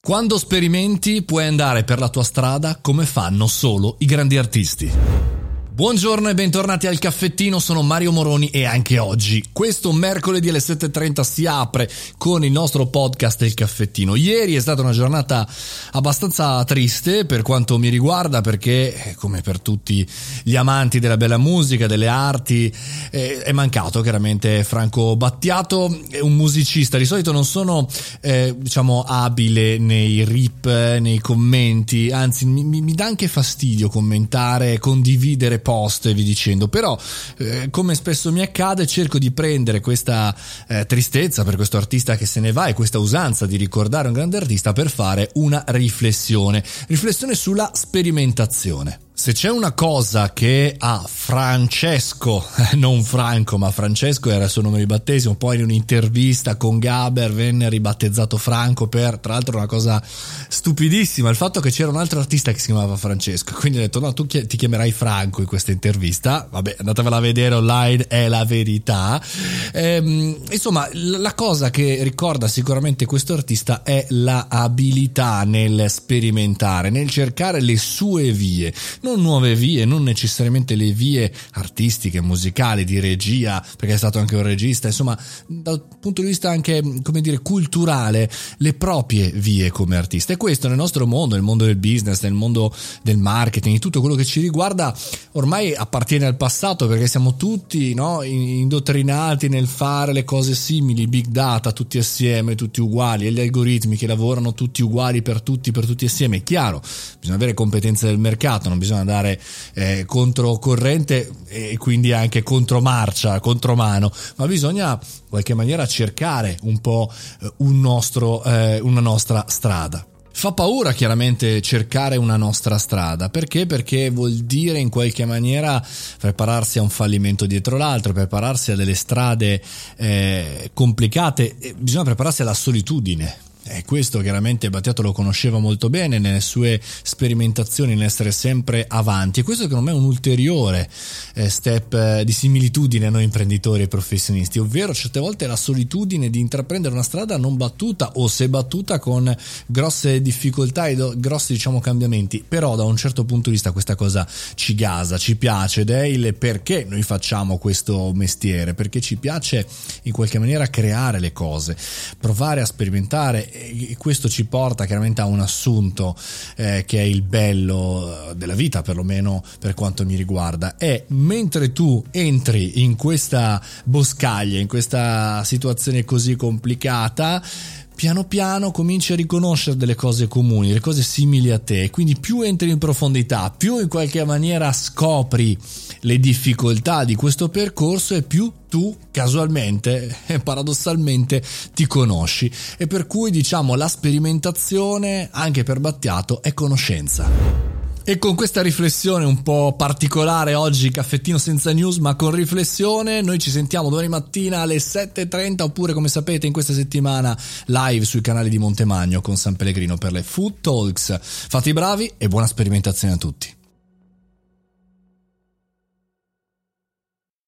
Quando sperimenti puoi andare per la tua strada come fanno solo i grandi artisti. Buongiorno e bentornati al caffettino, sono Mario Moroni e anche oggi, questo mercoledì alle 7.30 si apre con il nostro podcast Il Caffettino. Ieri è stata una giornata abbastanza triste per quanto mi riguarda perché, come per tutti gli amanti della bella musica, delle arti, è mancato chiaramente Franco Battiato, è un musicista. Di solito non sono abile nei rip, nei commenti, anzi mi dà anche fastidio commentare, condividere post e vi dicendo, però come spesso mi accade cerco di prendere questa tristezza per questo artista che se ne va e questa usanza di ricordare un grande artista per fare una riflessione sulla sperimentazione. Se c'è una cosa che a Francesco, non Franco ma Francesco era il suo nome di battesimo, poi in un'intervista con Gaber venne ribattezzato Franco per, tra l'altro, una cosa stupidissima, il fatto che c'era un altro artista che si chiamava Francesco, quindi ho detto no, tu ti chiamerai Franco in questa intervista, vabbè, andatevela a vedere online, è la verità. Insomma, la cosa che ricorda sicuramente questo artista è la abilità nel sperimentare, nel cercare le sue vie, non nuove vie, non necessariamente le vie artistiche, musicali, di regia, perché è stato anche un regista, insomma, dal punto di vista anche, come dire, culturale, le proprie vie come artista. E questo nel nostro mondo, nel mondo del business, nel mondo del marketing, di tutto quello che ci riguarda, ormai appartiene al passato, perché siamo tutti, no, indottrinati nel fare le cose simili, big data, tutti assieme, tutti uguali, e gli algoritmi che lavorano tutti uguali per tutti assieme. È chiaro, bisogna avere competenze del mercato, non bisogna andare controcorrente e quindi anche contromarcia, contromano, ma bisogna in qualche maniera cercare un po' una nostra strada. Fa paura chiaramente cercare una nostra strada, perché? Perché vuol dire in qualche maniera prepararsi a un fallimento dietro l'altro, prepararsi a delle strade complicate, bisogna prepararsi alla solitudine. E questo chiaramente Battiato lo conosceva molto bene nelle sue sperimentazioni, nell'essere sempre avanti, e questo secondo me è un ulteriore step di similitudine a noi imprenditori e professionisti, ovvero certe volte la solitudine di intraprendere una strada non battuta, o se battuta con grosse difficoltà e grossi cambiamenti, però da un certo punto di vista questa cosa ci gasa, ci piace, ed è il perché noi facciamo questo mestiere, perché ci piace in qualche maniera creare le cose, provare a sperimentare. E questo ci porta chiaramente a un assunto che è il bello della vita, perlomeno per quanto mi riguarda, è mentre tu entri in questa boscaglia, in questa situazione così complicata, piano piano cominci a riconoscere delle cose comuni, delle cose simili a te, e quindi più entri in profondità, più in qualche maniera scopri le difficoltà di questo percorso e più tu casualmente e paradossalmente ti conosci, e per cui la sperimentazione anche per Battiato è conoscenza. E con questa riflessione un po' particolare oggi, caffettino senza news ma con riflessione, noi ci sentiamo domani mattina alle 7.30, oppure come sapete in questa settimana live sui canali di Montemagno con San Pellegrino per le Food Talks. Fate i bravi e buona sperimentazione a tutti.